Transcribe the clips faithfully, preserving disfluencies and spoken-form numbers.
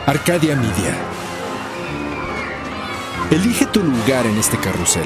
Arcadia Media. Elige tu lugar en este carrusel.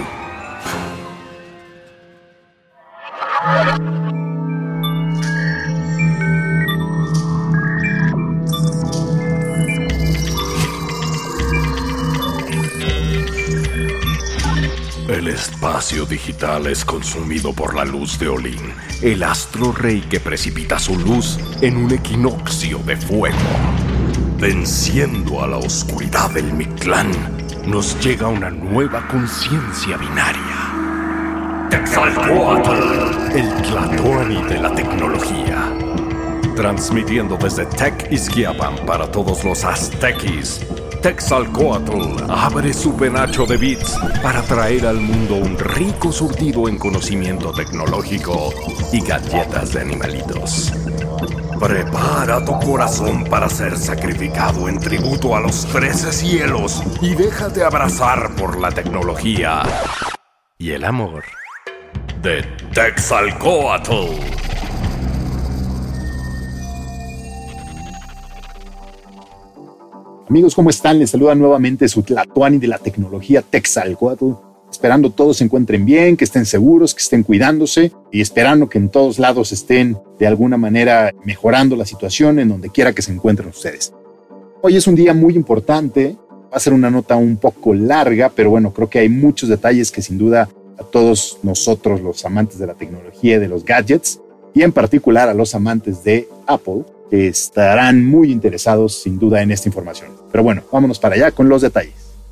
El espacio digital es consumido por la luz de Olin, el astro rey que precipita su luz en un equinoccio de fuego. Venciendo a la oscuridad del Mictlán, nos llega una nueva conciencia binaria. Quetzalcóatl, el Tlatoani de la tecnología. Transmitiendo desde Tec Izquiapan para todos los aztequis, Quetzalcóatl abre su penacho de bits para traer al mundo un rico surtido en conocimiento tecnológico y galletas de animalitos. Prepara tu corazón para ser sacrificado en tributo a los trece cielos y déjate abrazar por la tecnología y el amor de Quetzalcóatl. Amigos, ¿cómo están? Les saluda nuevamente su Tlatoani de la tecnología Quetzalcóatl. Esperando todos se encuentren bien, que estén seguros, que estén cuidándose y esperando que en todos lados estén de alguna manera mejorando la situación en donde quiera que se encuentren ustedes. Hoy es un día muy importante, va a ser una nota un poco larga, pero bueno, creo que hay muchos detalles que sin duda a todos nosotros, los amantes de la tecnología y de los gadgets, y en particular a los amantes de Apple, estarán muy interesados sin duda en esta información. Pero bueno, vámonos para allá con los detalles.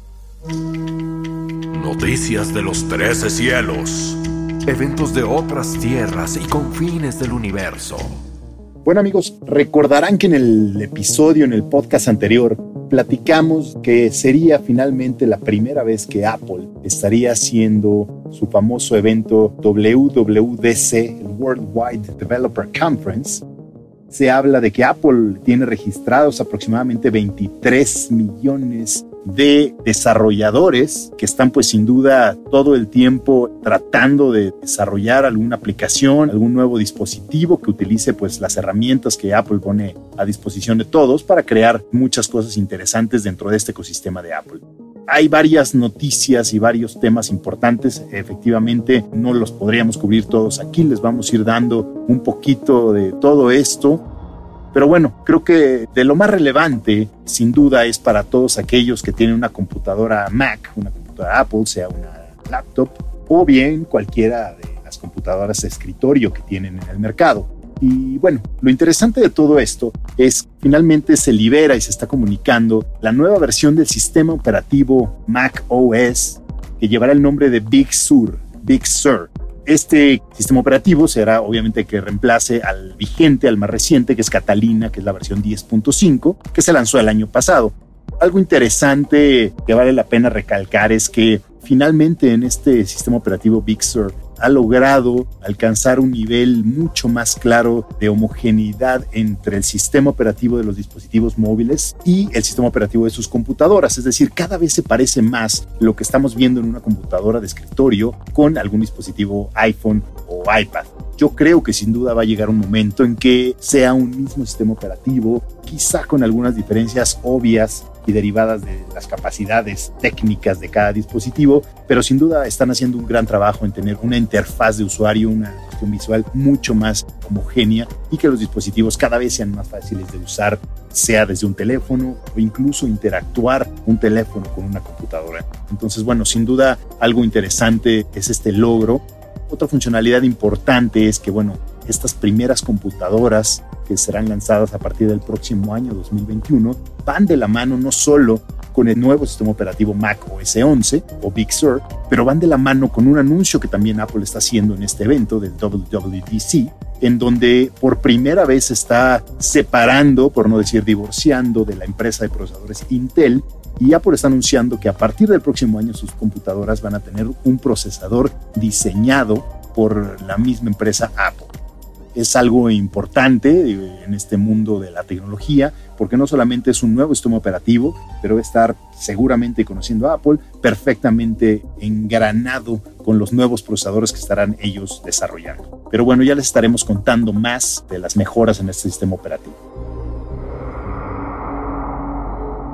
Noticias de los trece cielos, eventos de otras tierras y confines del universo. Bueno amigos, recordarán que en el episodio, en el podcast anterior, platicamos que sería finalmente la primera vez que Apple estaría haciendo su famoso evento W W D C, el Worldwide Developer Conference. Se habla de que Apple tiene registrados aproximadamente veintitrés millones de desarrolladores que están pues sin duda todo el tiempo tratando de desarrollar alguna aplicación, algún nuevo dispositivo que utilice pues las herramientas que Apple pone a disposición de todos para crear muchas cosas interesantes dentro de este ecosistema de Apple. Hay varias noticias y varios temas importantes, efectivamente no los podríamos cubrir todos aquí, les vamos a ir dando un poquito de todo esto. Pero bueno, creo que de lo más relevante, sin duda, es para todos aquellos que tienen una computadora Mac, una computadora Apple, sea una laptop, o bien cualquiera de las computadoras de escritorio que tienen en el mercado. Y bueno, lo interesante de todo esto es que finalmente se libera y se está comunicando la nueva versión del sistema operativo Mac O S que llevará el nombre de Big Sur, Big Sur. Este sistema operativo será obviamente que reemplace al vigente, al más reciente, que es Catalina, que es la versión diez punto cinco, que se lanzó el año pasado. Algo interesante que vale la pena recalcar es que finalmente en este sistema operativo Big Sur ha logrado alcanzar un nivel mucho más claro de homogeneidad entre el sistema operativo de los dispositivos móviles y el sistema operativo de sus computadoras. Es decir, cada vez se parece más lo que estamos viendo en una computadora de escritorio con algún dispositivo iPhone o iPad. Yo creo que sin duda va a llegar un momento en que sea un mismo sistema operativo, quizá con algunas diferencias obvias y derivadas de las capacidades técnicas de cada dispositivo, pero sin duda están haciendo un gran trabajo en tener una interfaz de usuario, una cuestión visual mucho más homogénea y que los dispositivos cada vez sean más fáciles de usar, sea desde un teléfono o incluso interactuar un teléfono con una computadora. Entonces, bueno, sin duda algo interesante es este logro. Otra funcionalidad importante es que, bueno, estas primeras computadoras que serán lanzadas a partir del próximo año dos mil veintiuno van de la mano no solo con el nuevo sistema operativo Mac O S once o Big Sur, pero van de la mano con un anuncio que también Apple está haciendo en este evento del W W D C, en donde por primera vez se está separando, por no decir divorciando, de la empresa de procesadores Intel, y Apple está anunciando que a partir del próximo año sus computadoras van a tener un procesador diseñado por la misma empresa Apple. Es algo importante en este mundo de la tecnología, porque no solamente es un nuevo sistema operativo, pero va a estar seguramente, conociendo a Apple, perfectamente engranado con los nuevos procesadores que estarán ellos desarrollando. Pero bueno, ya les estaremos contando más de las mejoras en este sistema operativo.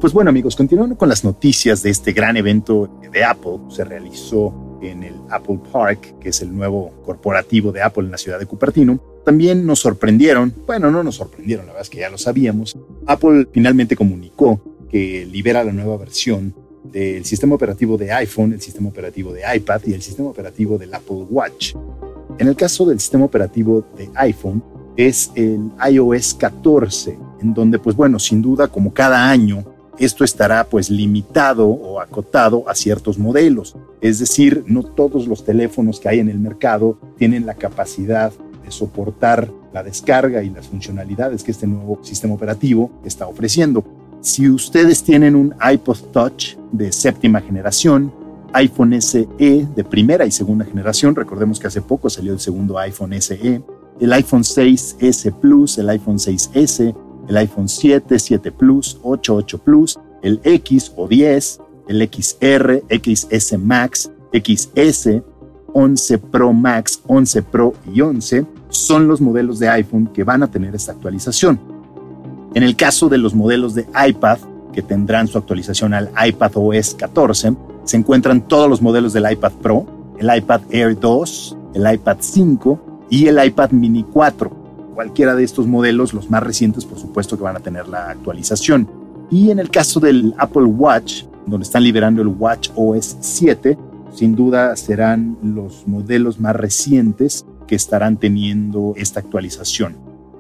Pues bueno, amigos, continuando con las noticias de este gran evento de Apple, se realizó en el Apple Park, que es el nuevo corporativo de Apple en la ciudad de Cupertino. También nos sorprendieron, bueno, no nos sorprendieron, la verdad es que ya lo sabíamos. Apple finalmente comunicó que libera la nueva versión del sistema operativo de iPhone, el sistema operativo de iPad y el sistema operativo del Apple Watch. En el caso del sistema operativo de iPhone, es el i O S catorce, en donde, pues bueno, sin duda, como cada año, esto estará pues limitado o acotado a ciertos modelos. Es decir, no todos los teléfonos que hay en el mercado tienen la capacidad de soportar la descarga y las funcionalidades que este nuevo sistema operativo está ofreciendo. Si ustedes tienen un iPod Touch de séptima generación, iPhone S E de primera y segunda generación, recordemos que hace poco salió el segundo iPhone S E, el iPhone seis S Plus, el iPhone seis S, el iPhone siete, siete Plus, ocho, ocho Plus, el X o diez, el X R, X S Max, X S, once Pro Max, once Pro y once son los modelos de iPhone que van a tener esta actualización. En el caso de los modelos de iPad, que tendrán su actualización al iPadOS catorce, se encuentran todos los modelos del iPad Pro, el iPad Air dos, el iPad cinco y el iPad Mini cuatro. Cualquiera de estos modelos, los más recientes, por supuesto que van a tener la actualización. Y en el caso del Apple Watch, donde están liberando el WatchOS siete, sin duda serán los modelos más recientes que estarán teniendo esta actualización.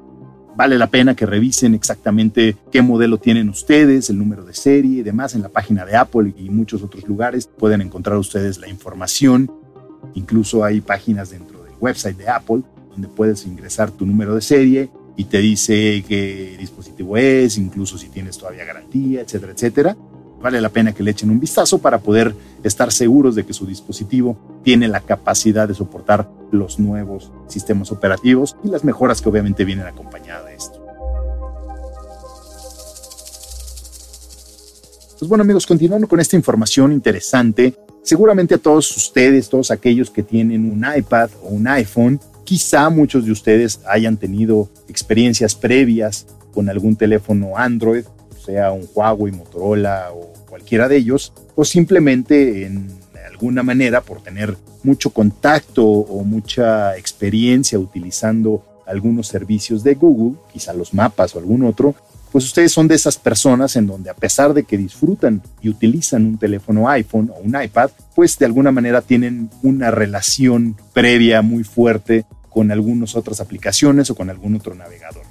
Vale la pena que revisen exactamente qué modelo tienen ustedes, el número de serie y demás. En la página de Apple y muchos otros lugares pueden encontrar ustedes la información. Incluso hay páginas dentro del website de Apple donde puedes ingresar tu número de serie y te dice qué dispositivo es, incluso si tienes todavía garantía, etcétera, etcétera. Vale la pena que le echen un vistazo para poder estar seguros de que su dispositivo tiene la capacidad de soportar los nuevos sistemas operativos y las mejoras que obviamente vienen acompañadas de esto. Pues bueno, amigos, continuando con esta información interesante, seguramente a todos ustedes, todos aquellos que tienen un iPad o un iPhone, quizá muchos de ustedes hayan tenido experiencias previas con algún teléfono Android, sea un Huawei, Motorola o cualquiera de ellos, o simplemente en alguna manera por tener mucho contacto o mucha experiencia utilizando algunos servicios de Google, quizá los mapas o algún otro, pues ustedes son de esas personas en donde a pesar de que disfrutan y utilizan un teléfono iPhone o un iPad, pues de alguna manera tienen una relación previa muy fuerte con algunas otras aplicaciones o con algún otro navegador.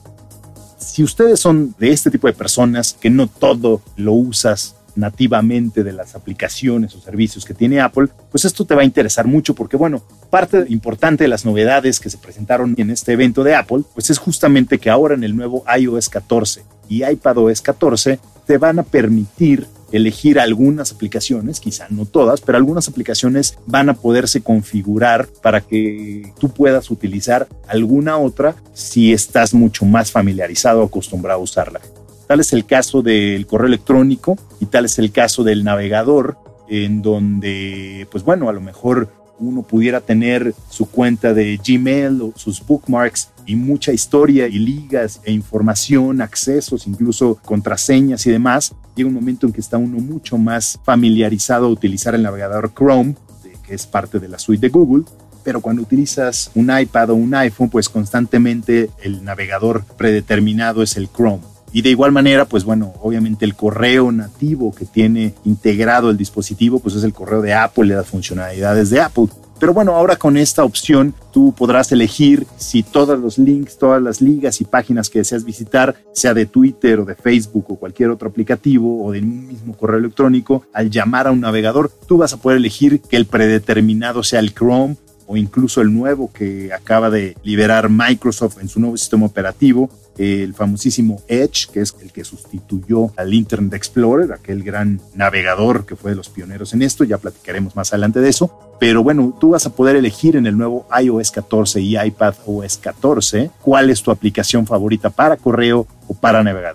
Si ustedes son de este tipo de personas que no todo lo usas nativamente de las aplicaciones o servicios que tiene Apple, pues esto te va a interesar mucho porque, bueno, parte importante de las novedades que se presentaron en este evento de Apple, pues es justamente que ahora en el nuevo iOS catorce y iPadOS catorce te van a permitir elegir algunas aplicaciones, quizá no todas, pero algunas aplicaciones van a poderse configurar para que tú puedas utilizar alguna otra si estás mucho más familiarizado o acostumbrado a usarla. Tal es el caso del correo electrónico y tal es el caso del navegador, en donde, pues bueno, a lo mejor uno pudiera tener su cuenta de Gmail o sus bookmarks y mucha historia y ligas e información, accesos, incluso contraseñas y demás. Llega un momento en que está uno mucho más familiarizado a utilizar el navegador Chrome, que es parte de la suite de Google. Pero cuando utilizas un iPad o un iPhone, pues constantemente el navegador predeterminado es el Chrome. Y de igual manera, pues bueno, obviamente el correo nativo que tiene integrado el dispositivo, pues es el correo de Apple y las funcionalidades de Apple. Pero bueno, ahora con esta opción tú podrás elegir si todos los links, todas las ligas y páginas que deseas visitar, sea de Twitter o de Facebook o cualquier otro aplicativo o de un mismo correo electrónico, al llamar a un navegador, tú vas a poder elegir que el predeterminado sea el Chrome o incluso el nuevo que acaba de liberar Microsoft en su nuevo sistema operativo, el famosísimo Edge, que es el que sustituyó al Internet Explorer, aquel gran navegador que fue de los pioneros en esto. Ya platicaremos más adelante de eso. Pero bueno, tú vas a poder elegir en el nuevo iOS catorce y iPadOS catorce cuál es tu aplicación favorita para correo o para navegador.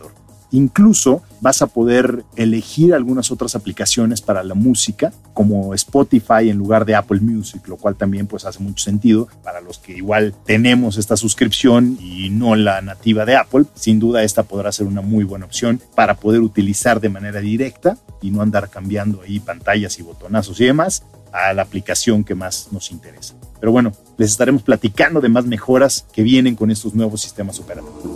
Incluso vas a poder elegir algunas otras aplicaciones para la música, como Spotify en lugar de Apple Music, lo cual también pues hace mucho sentido para los que igual tenemos esta suscripción y no la nativa de Apple. Sin duda esta podrá ser una muy buena opción para poder utilizar de manera directa y no andar cambiando ahí pantallas y botonazos y demás a la aplicación que más nos interesa. Pero bueno, les estaremos platicando de más mejoras que vienen con estos nuevos sistemas operativos.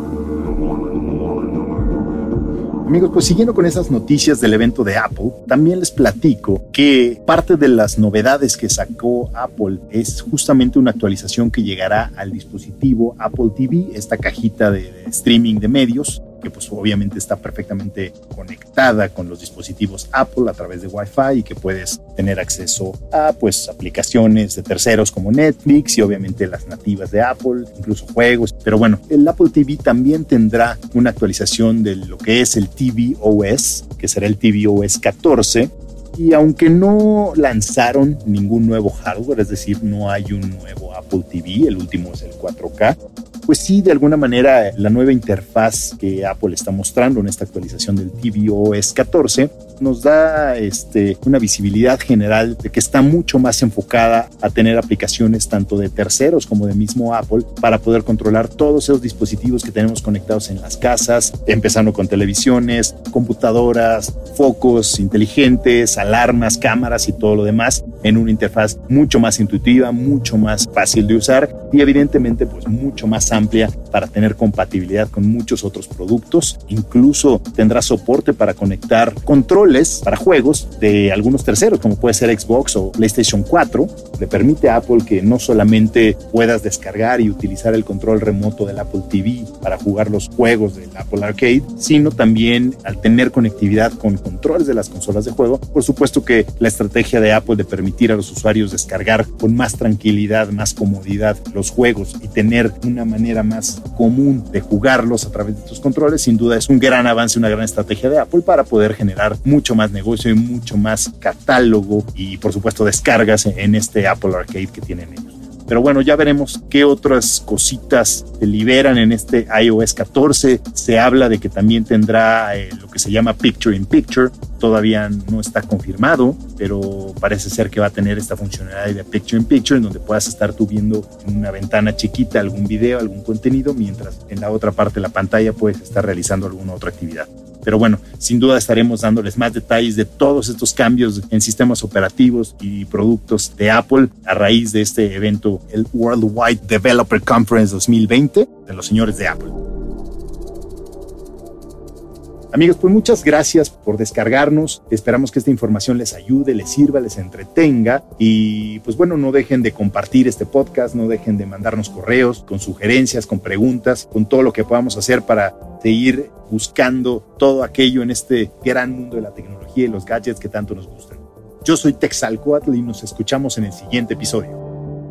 Amigos, pues siguiendo con esas noticias del evento de Apple, también les platico que parte de las novedades que sacó Apple es justamente una actualización que llegará al dispositivo Apple T V, esta cajita de, de streaming de medios, que pues obviamente está perfectamente conectada con los dispositivos Apple a través de Wi-Fi y que puedes tener acceso a pues aplicaciones de terceros como Netflix y obviamente las nativas de Apple, incluso juegos. Pero bueno, el Apple T V también tendrá una actualización de lo que es el T V O S, que será el T V O S catorce. Y aunque no lanzaron ningún nuevo hardware, es decir, no hay un nuevo Apple T V, el último es el cuatro K, pues sí, de alguna manera la nueva interfaz que Apple está mostrando en esta actualización del T V O S catorce nos da este, una visibilidad general de que está mucho más enfocada a tener aplicaciones tanto de terceros como de mismo Apple para poder controlar todos esos dispositivos que tenemos conectados en las casas, empezando con televisiones, computadoras, focos inteligentes, alarmas, cámaras y todo lo demás en una interfaz mucho más intuitiva, mucho más fácil de usar y evidentemente pues mucho más amplia para tener compatibilidad con muchos otros productos. Incluso tendrá soporte para conectar controles para juegos de algunos terceros, como puede ser Xbox o PlayStation cuatro. Le permite a Apple que no solamente puedas descargar y utilizar el control remoto del Apple T V para jugar los juegos del Apple Arcade, sino también al tener conectividad con controles de las consolas de juego. Por supuesto que la estrategia de Apple de permitir a los usuarios descargar con más tranquilidad, más comodidad los juegos y tener una manera más común de jugarlos a través de estos controles, sin duda es un gran avance, una gran estrategia de Apple para poder generar mucho más negocio y mucho más catálogo y por supuesto descargas en este Apple Arcade que tienen ellos. Pero bueno, ya veremos qué otras cositas se liberan en este i O S catorce. Se habla de que también tendrá eh, lo que se llama Picture in Picture. Todavía no está confirmado, pero parece ser que va a tener esta funcionalidad de Picture in Picture en donde puedas estar tú viendo en una ventana chiquita algún video, algún contenido, mientras en la otra parte de la pantalla puedes estar realizando alguna otra actividad. Pero bueno, sin duda estaremos dándoles más detalles de todos estos cambios en sistemas operativos y productos de Apple a raíz de este evento, el Worldwide Developer Conference dos mil veinte de los señores de Apple. Amigos, pues muchas gracias por descargarnos. Esperamos que esta información les ayude, les sirva, les entretenga. Y pues bueno, no dejen de compartir este podcast, no dejen de mandarnos correos con sugerencias, con preguntas, con todo lo que podamos hacer para seguir buscando todo aquello en este gran mundo de la tecnología y los gadgets que tanto nos gustan. Yo soy Texalcoatl y nos escuchamos en el siguiente episodio.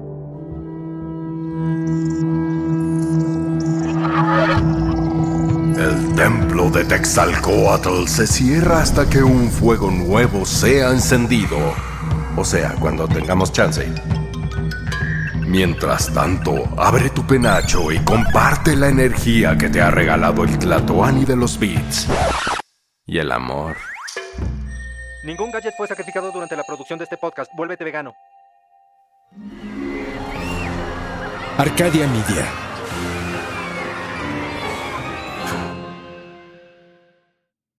El templo de Texalcoatl se cierra hasta que un fuego nuevo sea encendido. O sea, cuando tengamos chance. Mientras tanto, abre tu penacho y comparte la energía que te ha regalado el Tlatoani de los beats. Y el amor. Ningún gadget fue sacrificado durante la producción de este podcast. Vuélvete vegano. Arcadia Media.